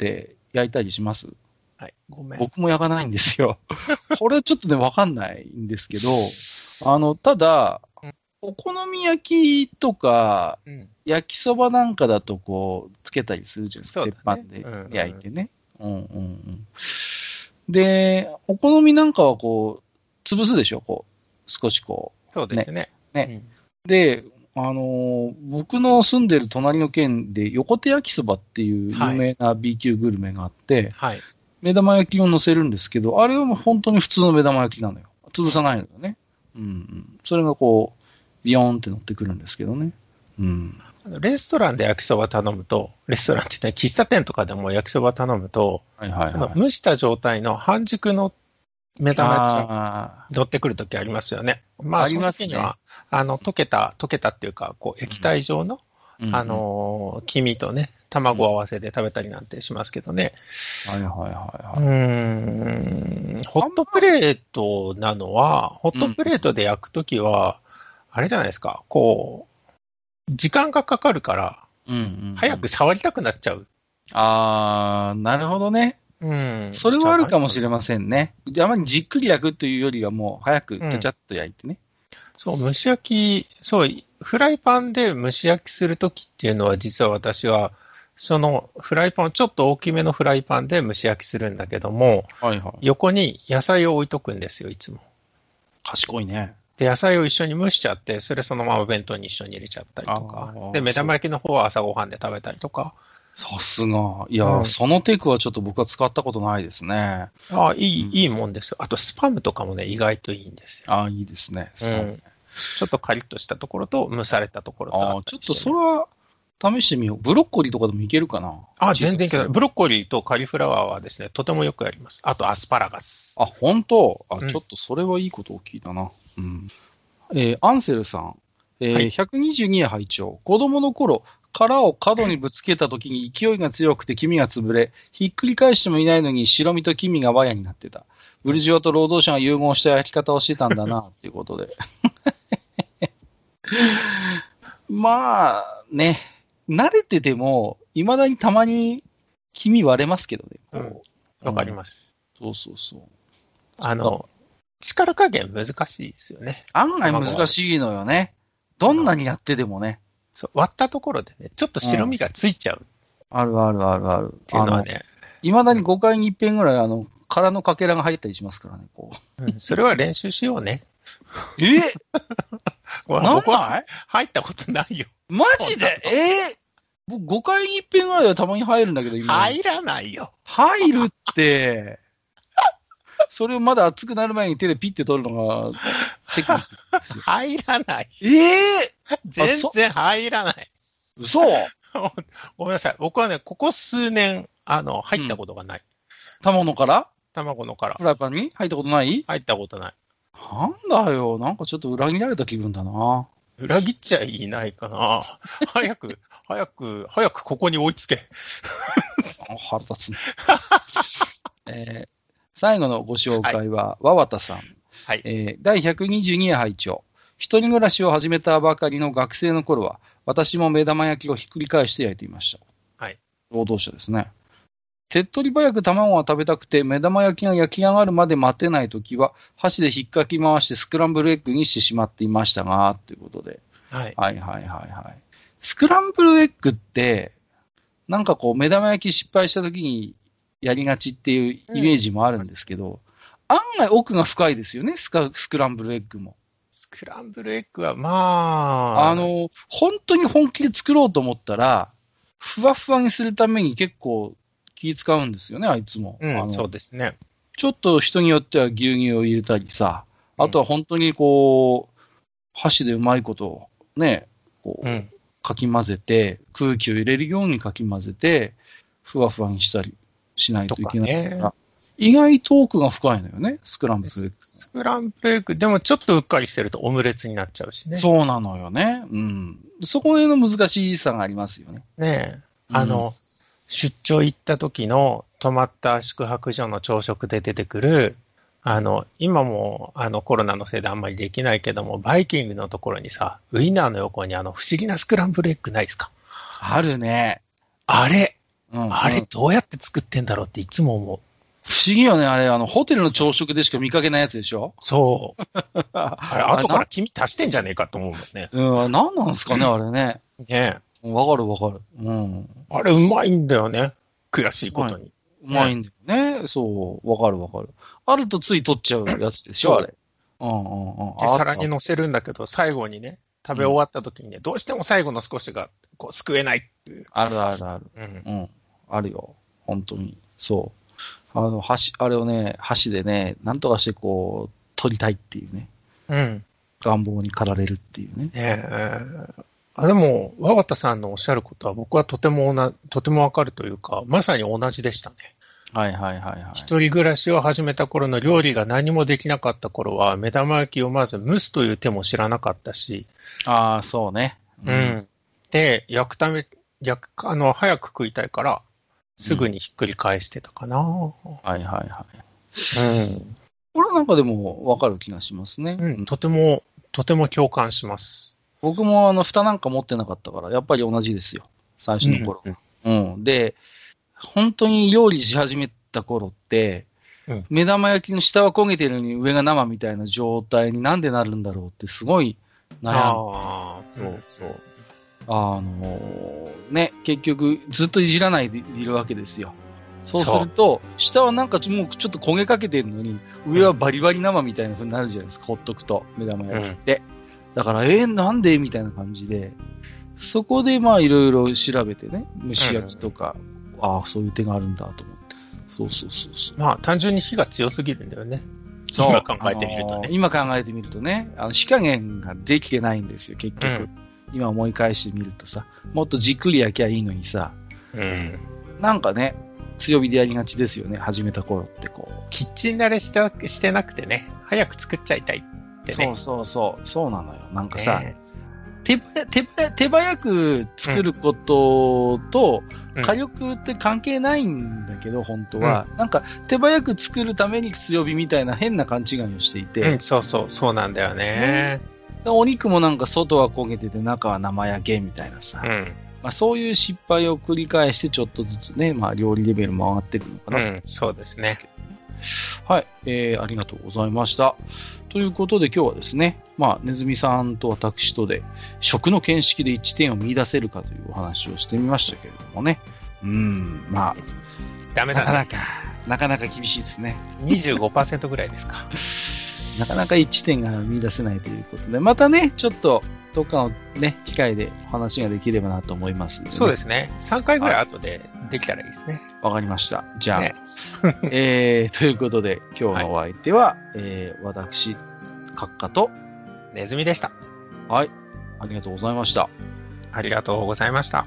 焼いたりします？ はい、ごめん。 僕も焼かないんですよ。これちょっとね、わかんないんですけど、あの、ただ、うん、お好み焼きとか、うん、焼きそばなんかだとこう、つけたりするじゃないですか。ね、鉄板で焼いてね。うんうんうん。で、お好みなんかはこう、潰すでしょ、こう、少しこう。 そうですね。 ね。うん、で、あのー、僕の住んでる隣の県で、横手焼きそばっていう有名な B 級グルメがあって、はい、目玉焼きを乗せるんですけど、あれはもう本当に普通の目玉焼きなのよ。潰さないのよね。うん、うん。それがこう、ビヨーンって乗ってくるんですけどね。うん。 レストランで焼きそば頼むと、レストランって言ったら喫茶店とかでも焼きそば頼むと、はいはいはい、その蒸した状態の半熟の目玉焼きが乗ってくるときありますよね。まあ、ありますね。その時には、あの、溶けた、溶けたっていうか、こう、液体状の、うん、あの、黄身とね、卵を合わせて食べたりなんてしますけどね。 はいはいはいはい。 うーん、ホットプレートなのは、ホットプレートで焼くときは、あれじゃないですか、こう、時間がかかるから、うんうんうん、早く触りたくなっちゃう。 あー、なるほどね。うん。それはあるかもしれませんね。あまりじっくり焼くというよりはもう早くちゃちゃっと焼いてね。 うん、そう、蒸し焼き、そう、フライパンで蒸し焼きするときっていうのは実は私は、そのフライパン、ちょっと大きめのフライパンで蒸し焼きするんだけども、はいはい、横に野菜を置いとくんですよ、いつも。 賢いね。 で、野菜を一緒に蒸しちゃって、それそのまま弁当に一緒に入れちゃったりとか。で、目玉焼きの方は朝ごはんで食べたりとか。 さすが。いや、うん、そのテクはちょっと僕は使ったことないですね。 ああ、いい、うん、いいもんですよ。あと、スパムとかもね、意外といいんですよ。 ああ、いいですね。スパム、うん。 ちょっとカリッとしたところと、蒸されたところとあ、 ね。あ、ちょっとそれは試してみよう。ブロッコリーとかでもいけるかな？ あ、全然いけない。ブロッコリーとカリフラワーはですね、とてもよくやります。あと、アスパラガス。 あ、本当？あ、うん、ちょっとそれはいいことを聞いたな。うん。えー、アンセルさん。えーはい、ひゃくにじゅうに夜拝聴。子供の頃、殻を角にぶつけた時に勢いが強くて黄身が潰れ、ひっくり返してもいないのに白身と黄身がワヤになってた。ブルジョアと労働者が融合した焼き方をしてたんだな、っていうことで。まあ、ね、慣れてても、未だにたまに黄身割れますけどね。 わ、うん、かります、 うん。そうそうそう。 あの、力加減難しいですよね。 案外難しいのよね。どんなにやってでもね。 そう割ったところでね、ちょっと白身がついちゃう。 うん、あるあるあるある。 っていうのはね。 いまだにごかいに一遍ぐらい、あの、殻のかけらが入ったりしますからね、こう。うん、それは練習しようね。 え僕は入ったことないよ。 マジでえー、僕ごかいに一遍ぐらいはたまに入るんだけど、今。 入らないよ。 入るって。それをまだ熱くなる前に手でピッて取るのがテクニックですよ。 入らない。 ええー、全然入らない。 嘘ごめんなさい。僕はね、ここ数年、あの、入ったことがない。うん、 卵から卵のから。 フライパンに入ったことない？ 入ったことない。 なんだよ。なんかちょっと裏切られた気分だな。 裏切っちゃいないかな。早く、早く、早くここに追いつけ。 腹立つね。えー最後のご紹介は、和綿さん。はいえー、だいひゃくにじゅうに夜拝聴。一人暮らしを始めたばかりの学生の頃は、私も目玉焼きをひっくり返して焼いていました。はい。労働者ですね。手っ取り早く卵が食べたくて、目玉焼きが焼き上がるまで待てないときは、箸で引っかき回してスクランブルエッグにしてしまっていましたが、ということで。はい。はいはいはいはい。スクランブルエッグって、なんかこう、目玉焼き失敗したときに、やりがちっていうイメージもあるんですけど、うん、案外奥が深いですよね、スカ、スクランブルエッグも。 スクランブルエッグは、まあ。 あの、本当に本気で作ろうと思ったら、ふわふわにするために結構気使うんですよね、あいつも。 うん、 あのそうですね。 ちょっと人によっては牛乳を入れたりさ、あとは本当にこう、箸でうまいことをね、こう、うん、かき混ぜて、空気を入れるようにかき混ぜて、ふわふわにしたり。しないといけないから、ね、意外と奥が深いのよね、スクランブルエッグ。 スクランブルエッグ、でもちょっとうっかりしてるとオムレツになっちゃうしね。 そうなのよね。うん。そこへの難しさがありますよね。 ねえ。あの、うん、出張行った時の泊まった宿泊所の朝食で出てくる、あの、今もあのコロナのせいであんまりできないけども、バイキングのところにさ、ウインナーの横にあの不思議なスクランブルエッグないですか？ あるね。 あれ。 うん、あれどうやって作ってんだろうっていつも思う。 不思議よね、あれ、あの、ホテルの朝食でしか見かけないやつでしょ？ そう。あれ、後から黄身足してんじゃねえかと思うもんね。 うん、なんなんすかね、あれね。 ねえ。わかるわかる。うん。 あれ、うまいんだよね。悔しいことに。 うまいんだよね。そう、わかるわかる。あるとつい取っちゃうやつでしょ、あれ。うんうんうん。 で、皿に乗せるんだけど、最後にね、食べ終わった時にね、どうしても最後の少しが、こう、救えないっていう。 あるあるある。うん。うん。あるよ。本当に。そう。あの、箸、あれをね、箸でね、なんとかしてこう、取りたいっていうね。 うん。 願望に駆られるっていうね。 ねえ。あ、でも、和畑さんのおっしゃることは僕はとてもな、とてもわかるというか、まさに同じでしたね。 はいはいはいはい。 一人暮らしを始めた頃の料理が何もできなかった頃は、目玉焼きをまず蒸すという手も知らなかったし。 ああ、そうね。 うん。うん、で、焼くため、焼く、あの、早く食いたいから、すぐにひっくり返してたかな。うん、 はいはいはい。うん。これはなんかでもわかる気がしますね。 うん、とても、とても共感します。 僕もあの、蓋なんか持ってなかったから、やっぱり同じですよ。最初の頃。うん、うんうん。で、本当に料理し始めた頃って、うん、目玉焼きの下は焦げてるのに上が生みたいな状態になんでなるんだろうってすごい悩んで。ああ、そうそう。あのー、ね、結局ずっといじらないでいるわけですよ。そうすると、下はなんかもうちょっと焦げかけてるのに、上はバリバリ生みたいな風になるじゃないですか、ほっとくと、目玉焼きって。うん、だから、えー、なんでみたいな感じで、そこでまあいろいろ調べてね、蒸し焼きとか、うん、ああ、そういう手があるんだと思って。そうそうそうそう。 まあ、単純に火が強すぎるんだよね。今考えてみるとね。 あのー、今考えてみるとね、あの火加減ができてないんですよ、結局。うん、今思い返してみるとさ、もっとじっくり焼きゃいいのにさ、うん、なんかね、強火でやりがちですよね、始めた頃ってこう。 キッチン慣れしてしてなくてね、早く作っちゃいたいってね。 そうそうそう、そうなのよ。なんかさ、ね、手早手早手早く作ることと、うん、火力って関係ないんだけど、本当は、うん。なんか手早く作るために強火みたいな変な勘違いをしていて。 うん、そうそう、そうなんだよね。ね、 お肉もなんか外は焦げてて中は生焼けみたいなさ。うんまあ、そういう失敗を繰り返してちょっとずつね、まあ、料理レベルも上がってるのかな、 うん、そうですね。 はい、えー、ありがとうございました。ということで今日はですね、まあ、ネズミさんと私とで食の見識で一致点を見出せるかというお話をしてみましたけれどもね。うーん、まあ、 ダメだね。 なかなか、なかなか厳しいですね。 にじゅうごパーセント ぐらいですか。 なかなか一致点が見出せないということで、またね、ちょっと、どっかのね、機会でお話ができればなと思いますので、ね。 そうですね。さんかいぐらい後でできたらいいですね。 わかりました。じゃあ、ねえー、ということで、今日のお相手は、はい、えー、私、閣下と、 ネズミでした。 はい。ありがとうございました。 ありがとうございました。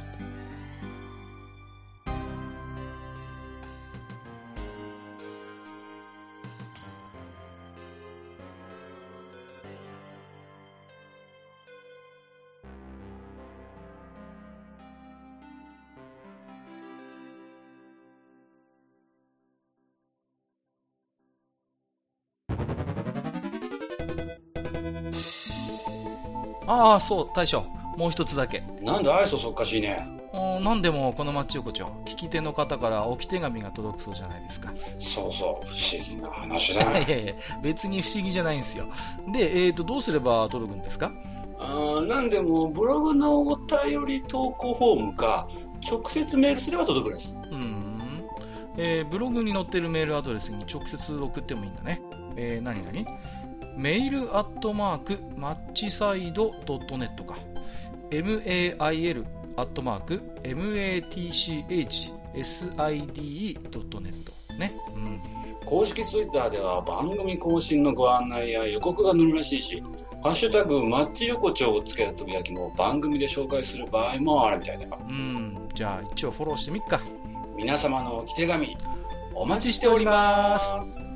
ああ、そう、大将。もう一つだけ。 なんで愛想そっかしいね。 なんでもこの町横丁、聞き手の方から置き手紙が届くそうじゃないですか。 そうそう、不思議な話だ。 いやいや、別に不思議じゃないんですよ。で、えーと、どうすれば届くんですか？ あなんでも、ブログのお便り投稿フォームか、直接メールすれば届くんです。 うん。えー、ブログに載ってるメールアドレスに直接送ってもいいんだね。えー、何々メールアットマークマッチサイドドットネットか mail アットマーク matchside ドットネットね、うん、 公式ツイッターでは番組更新のご案内や予告が載るらしいし、ハッシュタグマッチ横丁をつけたつぶやきも番組で紹介する場合もあるみたいだよ。 うん、じゃあ一応フォローしてみっか。 皆様のお手紙お待ちしております。